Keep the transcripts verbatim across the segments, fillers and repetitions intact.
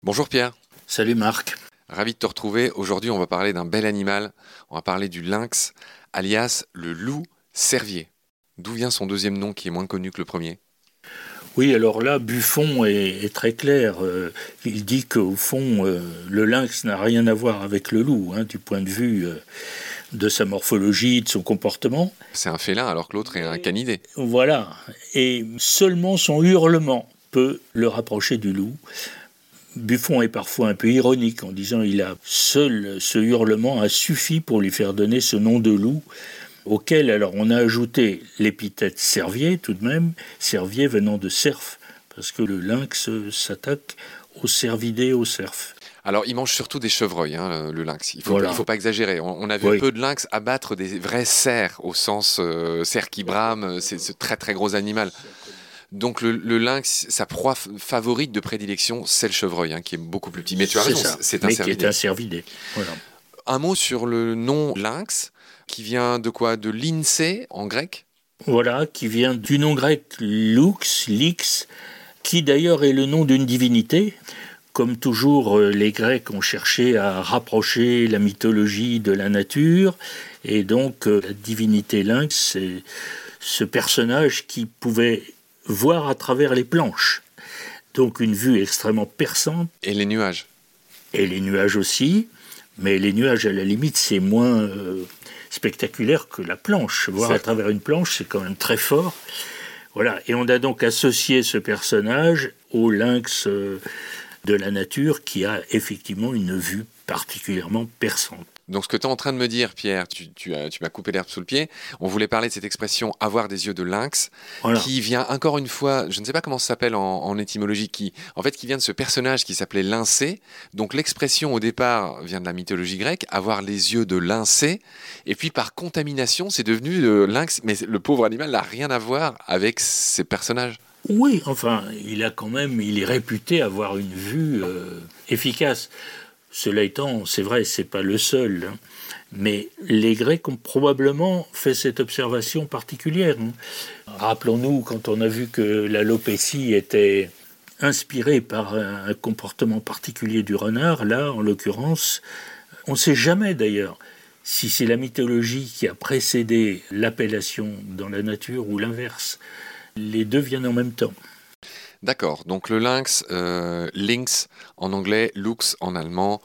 Bonjour Pierre. Salut Marc. Ravi de te retrouver. Aujourd'hui, on va parler d'un bel animal. On va parler du lynx, alias le loup cervier. D'où vient son deuxième nom qui est moins connu que le premier? Oui, alors là, Buffon est, est très clair. Euh, il dit qu'au fond, euh, le lynx n'a rien à voir avec le loup, hein, du point de vue euh, de sa morphologie, de son comportement. C'est un félin alors que l'autre est un canidé. Voilà. Et seulement son hurlement peut le rapprocher du loup. Buffon est parfois un peu ironique en disant il a seul ce hurlement a suffi pour lui faire donner ce nom de loup, auquel alors on a ajouté l'épithète cervier tout de même, cervier venant de cerf, parce que le lynx s'attaque aux cervidés, aux cerfs. Alors, il mange surtout des chevreuils, hein, le lynx. Il faut, Voilà. il faut pas exagérer. On, on a vu Oui. peu de lynx abattre des vrais cerfs, au sens euh, cerf qui brame, c'est ce très très gros animal. Donc le, le lynx, sa proie f- favorite de prédilection, c'est le chevreuil, hein, qui est beaucoup plus petit. Mais tu as C'est raison, ça, c'est un mais qui est cervidé. un cervidé. Voilà. Un mot sur le nom lynx, qui vient de quoi? De l'Insee en grec? Voilà, qui vient du nom grec lux, lix, qui d'ailleurs est le nom d'une divinité. Comme toujours, euh, les Grecs ont cherché à rapprocher la mythologie de la nature, et donc euh, la divinité lynx, c'est ce personnage qui pouvait voir à travers les planches. Donc une vue extrêmement perçante, Et les nuages. et les nuages aussi, mais les nuages à la limite c'est moins euh, spectaculaire que la planche. Voir Certes. à travers une planche c'est quand même très fort. Voilà, et on a donc associé ce personnage au lynx euh, de la nature qui a effectivement une vue particulièrement perçante. Donc ce que tu es en train de me dire, Pierre, tu, tu as- tu m'as coupé l'herbe sous le pied, on voulait parler de cette expression « avoir des yeux de lynx », Voilà. qui vient encore une fois, je ne sais pas comment ça s'appelle en, en étymologie, qui, en fait, qui vient de ce personnage qui s'appelait Lyncée. Donc l'expression au départ vient de la mythologie grecque, avoir les yeux de Lyncée, et puis par contamination, c'est devenu le lynx, mais le pauvre animal n'a rien à voir avec ces personnages. Oui, enfin, il a quand même, il est réputé avoir une vue euh, efficace. Cela étant, c'est vrai, c'est pas le seul, hein. Mais les Grecs ont probablement fait cette observation particulière, hein. Rappelons-nous, quand on a vu que l'alopécie était inspirée par un, un comportement particulier du renard, là, en l'occurrence, on ne sait jamais d'ailleurs si c'est la mythologie qui a précédé l'appellation dans la nature ou l'inverse. Les deux viennent en même temps. D'accord, donc le lynx, euh, lynx en anglais, lux en allemand,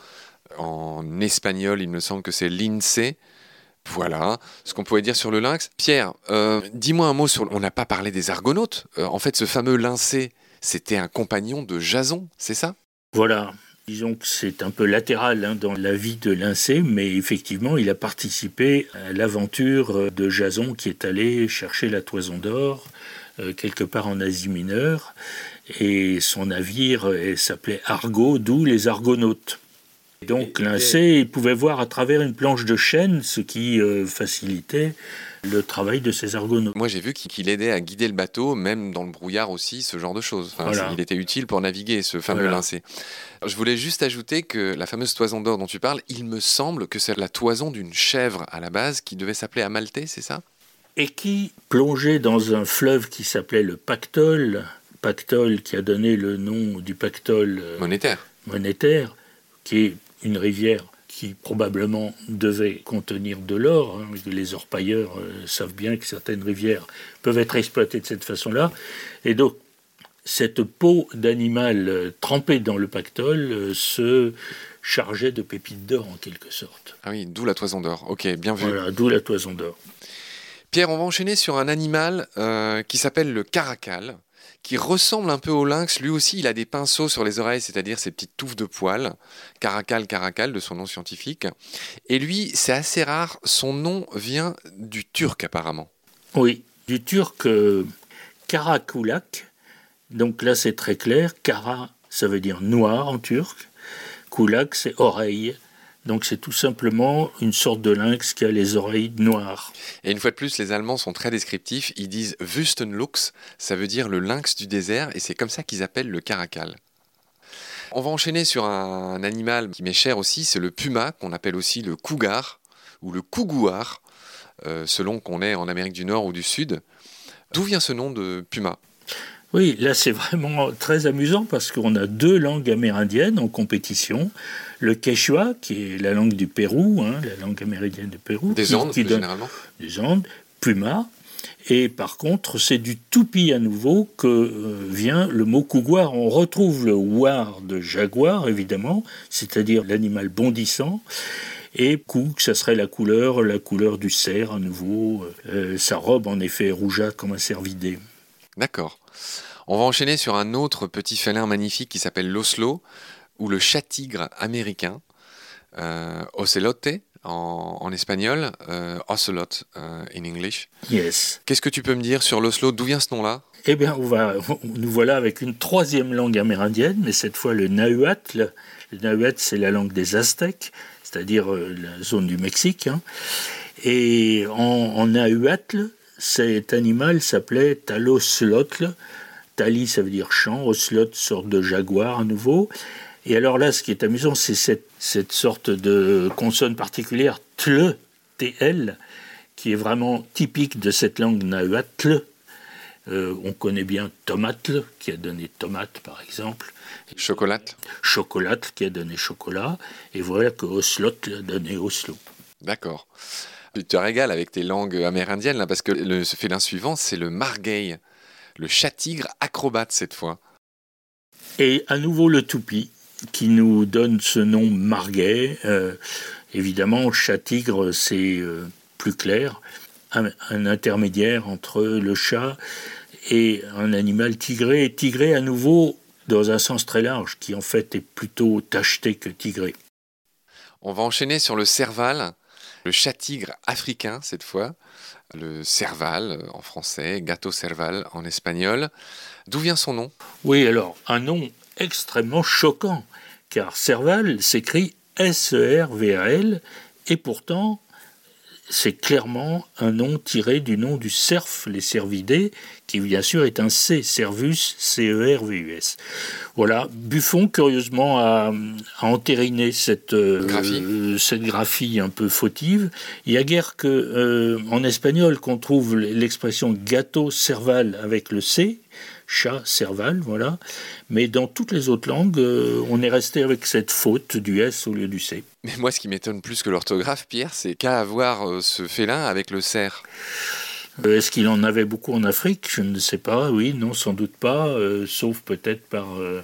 en espagnol, il me semble que c'est lince. Voilà ce qu'on pouvait dire sur le lynx. Pierre, euh, dis-moi un mot sur... On n'a pas parlé des argonautes. Euh, en fait, ce fameux Lyncée, c'était un compagnon de Jason, c'est ça? Voilà. Disons que c'est un peu latéral hein, dans la vie de Lyncée, mais effectivement, il a participé à l'aventure de Jason qui est allé chercher la toison d'or euh, quelque part en Asie mineure, et son navire euh, s'appelait Argo, d'où les Argonautes. Et donc Lyncée il pouvait voir à travers une planche de chêne, ce qui euh, facilitait le travail de ces Argonautes. Moi, j'ai vu qu'il qu'il aidait à guider le bateau, même dans le brouillard aussi, ce genre de choses. Enfin, Voilà. c'est- il était utile pour naviguer, ce fameux Voilà. Lyncée. Je voulais juste ajouter que la fameuse toison d'or dont tu parles, il me semble que c'est la toison d'une chèvre à la base qui devait s'appeler Amalthée, c'est ça? Et qui plongeait dans un fleuve qui s'appelait le Pactole, Pactole qui a donné le nom du pactole euh, Monétaire. monétaire, qui est une rivière qui probablement devait contenir de l'or. Hein. Les orpailleurs euh, savent bien que certaines rivières peuvent être exploitées de cette façon-là. Et donc, cette peau d'animal euh, trempée dans le pactole euh, se chargeait de pépites d'or en quelque sorte. Ah oui, d'où la toison d'or. Ok, bien vu. Voilà, d'où la toison d'or. Pierre, on va enchaîner sur un animal euh, qui s'appelle le caracal, qui ressemble un peu au lynx. Lui aussi, il a des pinceaux sur les oreilles, c'est-à-dire ces petites touffes de poils. Caracal, caracal, de son nom scientifique. Et lui, c'est assez rare, son nom vient du turc apparemment. Oui, du turc euh, karakulak. Donc là, c'est très clair. Kara, ça veut dire noir en turc. Kulak, c'est oreille. Donc c'est tout simplement une sorte de lynx qui a les oreilles noires. Et une fois de plus, les Allemands sont très descriptifs. Ils disent Wüstenluchs, ça veut dire le lynx du désert, et c'est comme ça qu'ils appellent le caracal. On va enchaîner sur un animal qui m'est cher aussi, c'est le puma, qu'on appelle aussi le cougar, ou le couguar, euh, selon qu'on est en Amérique du Nord ou du Sud. D'où vient ce nom de puma? Oui, là c'est vraiment très amusant parce qu'on a deux langues amérindiennes en compétition. Le Quechua, qui est la langue du Pérou, hein, la langue amérindienne du Pérou. Des qui, Andes, qui plus donne généralement. Des Andes, Puma. Et par contre, c'est du Tupi à nouveau que euh, vient le mot couguar. On retrouve le war de jaguar, évidemment, c'est-à-dire l'animal bondissant. Et coug, ça serait la couleur, la couleur du cerf à nouveau. Euh, sa robe, en effet, est rougeâtre comme un cervidé. D'accord. On va enchaîner sur un autre petit félin magnifique qui s'appelle l'oslo, ou le chat-tigre américain, euh, ocelote en, en espagnol, euh, ocelot euh, in English. Yes. Qu'est-ce que tu peux me dire sur l'oslo? D'où vient ce nom-là? Eh bien, on va, nous voilà avec une troisième langue amérindienne, mais cette fois le nahuatl. Le nahuatl, c'est la langue des Aztèques, c'est-à-dire euh, la zone du Mexique. Hein. Et en, en nahuatl, cet animal s'appelait taloslotl. Tali, ça veut dire champ, oslot, sorte de jaguar à nouveau. Et alors là, ce qui est amusant, c'est cette, cette sorte de consonne particulière, tle, T L, qui est vraiment typique de cette langue nahuatl. Euh, on connaît bien tomatl, qui a donné tomate, par exemple. Chocolat. Chocolatl, qui a donné chocolat. Et voilà que oslotl a donné Oslo. D'accord. Tu te régales avec tes langues amérindiennes, là, parce que le félin suivant, c'est le margay, le chat-tigre acrobate cette fois. Et à nouveau le tupi, qui nous donne ce nom margay. Euh, évidemment, chat-tigre, c'est euh, plus clair. Un, un intermédiaire entre le chat et un animal tigré. Tigré, à nouveau, dans un sens très large, qui en fait est plutôt tacheté que tigré. On va enchaîner sur le serval, le chat-tigre africain cette fois, le serval en français, gato serval en espagnol. D'où vient son nom? Oui, alors, un nom extrêmement choquant, car serval s'écrit S E R V A L, et pourtant, c'est clairement un nom tiré du nom du cerf, les cervidés, qui bien sûr est un C, Cervus, C E R V U S. Voilà, Buffon, curieusement, a, a entériné cette, euh, graphie. cette graphie un peu fautive. Il n'y a guère que, euh, en espagnol qu'on trouve l'expression gâteau serval avec le C, chat, serval, voilà. Mais dans toutes les autres langues, euh, on est resté avec cette faute du S au lieu du C. Mais moi, ce qui m'étonne plus que l'orthographe, Pierre, c'est qu'à avoir euh, ce félin avec le cerf. Euh, est-ce qu'il en avait beaucoup en Afrique? Je ne sais pas, oui, non, sans doute pas, euh, sauf peut-être par euh,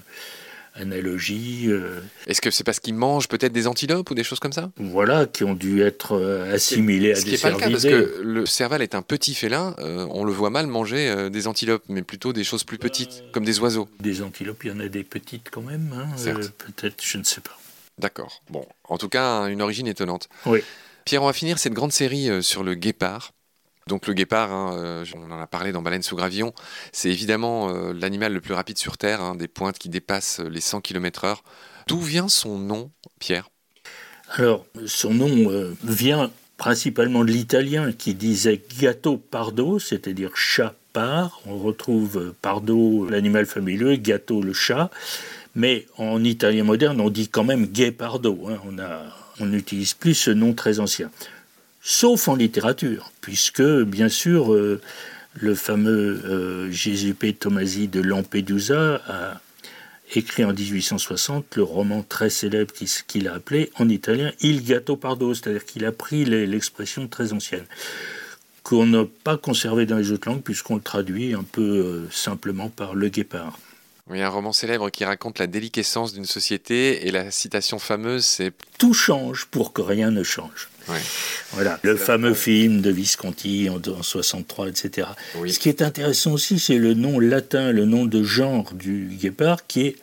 analogie. Euh, Est-ce que c'est parce qu'ils mangent peut-être des antilopes ou des choses comme ça? voilà, qui ont dû être euh, assimilés Ce à qui des n'est pas le cas, parce cervidés. que le serval est un petit félin, euh, on le voit mal manger euh, des antilopes, mais plutôt des choses plus petites, comme des oiseaux. Des antilopes, il y en a des petites quand même, hein, Certes. euh, peut-être, je ne sais pas. D'accord. Bon, en tout cas, une origine étonnante. Oui. Pierre, on va finir cette grande série euh, sur le guépard. Donc le guépard, hein, euh, on en a parlé dans Baleine sous gravillon, c'est évidemment euh, l'animal le plus rapide sur Terre, hein, des pointes qui dépassent les cent kilomètres heure. D'où vient son nom, Pierre? Alors, son nom euh, vient principalement de l'italien qui disait gatto pardo, c'est-à-dire chat par. On retrouve euh, pardo, l'animal fabuleux, gatto, le chat. Mais en italien moderne, on dit quand même guépardo. Hein. On a, on n'utilise plus ce nom très ancien. Sauf en littérature, puisque, bien sûr, euh, le fameux euh, Giuseppe Tomasi de Lampedusa a écrit en dix-huit cent soixante le roman très célèbre qu'il a appelé en italien Il Gattopardo, c'est-à-dire qu'il a pris l'expression très ancienne, qu'on n'a pas conservé dans les autres langues, puisqu'on le traduit un peu euh, simplement par le guépard. Oui, un roman célèbre qui raconte la déliquescence d'une société, et la citation fameuse, c'est « Tout change pour que rien ne change ». Ouais. Voilà, le fameux film de Visconti en, en soixante-trois, et cetera. Oui. Ce qui est intéressant aussi, c'est le nom latin, le nom de genre du guépard, qui est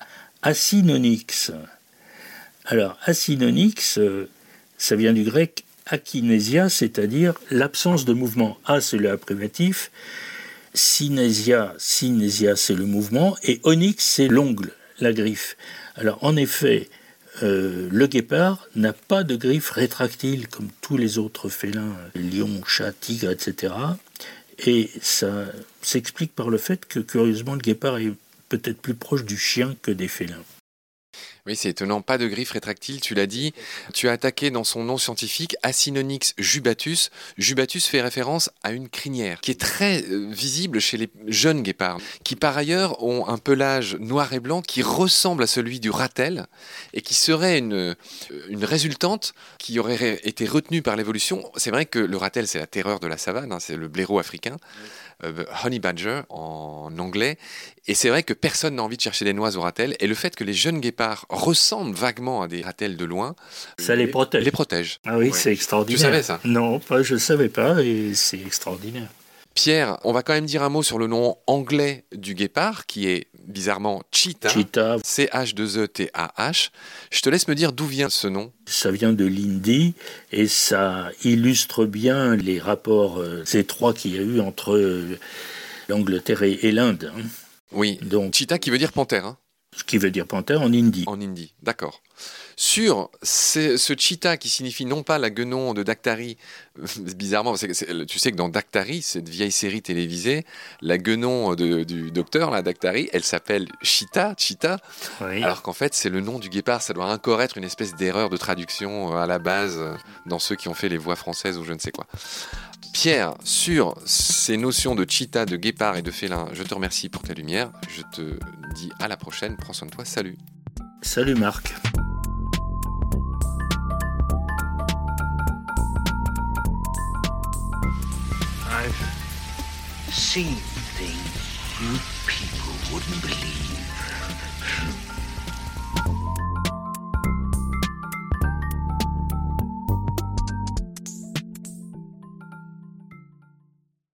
Acynonyx. Alors, Acynonyx, euh, ça vient du grec akinésia, c'est-à-dire l'absence de mouvement. A, c'est le privatif. Synésia, synésia, c'est le mouvement. Et onyx, c'est l'ongle, la griffe. Alors, en effet, Euh, le guépard n'a pas de griffes rétractiles comme tous les autres félins, lions, chats, tigres, et cetera. Et ça s'explique par le fait que, curieusement, le guépard est peut-être plus proche du chien que des félins. Oui, c'est étonnant, pas de griffes rétractiles, tu l'as dit. Tu as attaqué dans son nom scientifique Acinonyx jubatus. Jubatus fait référence à une crinière qui est très euh, visible chez les jeunes guépards, qui par ailleurs ont un pelage noir et blanc qui ressemble à celui du ratel et qui serait une, une résultante qui aurait été retenue par l'évolution. C'est vrai que le ratel, c'est la terreur de la savane, hein, c'est le blaireau africain. Euh, honey badger en anglais, et c'est vrai que personne n'a envie de chercher des noix au ratel, et le fait que les jeunes guépards ressemblent vaguement à des ratels de loin, ça les protège. Les protège. Ah oui, ouais. C'est Tu extraordinaire. savais ça? Non, pas, je ne savais pas, et c'est extraordinaire. Pierre, on va quand même dire un mot sur le nom anglais du guépard, qui est bizarrement cheetah, cheetah. C H deux E T A H. Je te laisse me dire d'où vient ce nom. Ça vient de l'hindi et ça illustre bien les rapports euh, étroits qu'il y a eu entre euh, l'Angleterre et, et l'Inde. Hein. Oui, donc cheetah qui veut dire panthère. Hein. Ce qui veut dire panthère en hindi. En hindi, d'accord. Sur ce, ce cheetah qui signifie non pas la guenon de Daktari, bizarrement, c'est, c'est, tu sais que dans Daktari, cette vieille série télévisée, la guenon de, du docteur, la Daktari, elle s'appelle Cheetah, Cheetah, oui. Alors qu'en fait c'est le nom du guépard, ça doit encore être une espèce d'erreur de traduction à la base dans ceux qui ont fait les voix françaises ou je ne sais quoi. Pierre, sur ces notions de cheetah, de guépard et de félin, je te remercie pour ta lumière, je te dis à la prochaine, prends soin de toi, salut. Salut Marc. I've seen things you people wouldn't believe.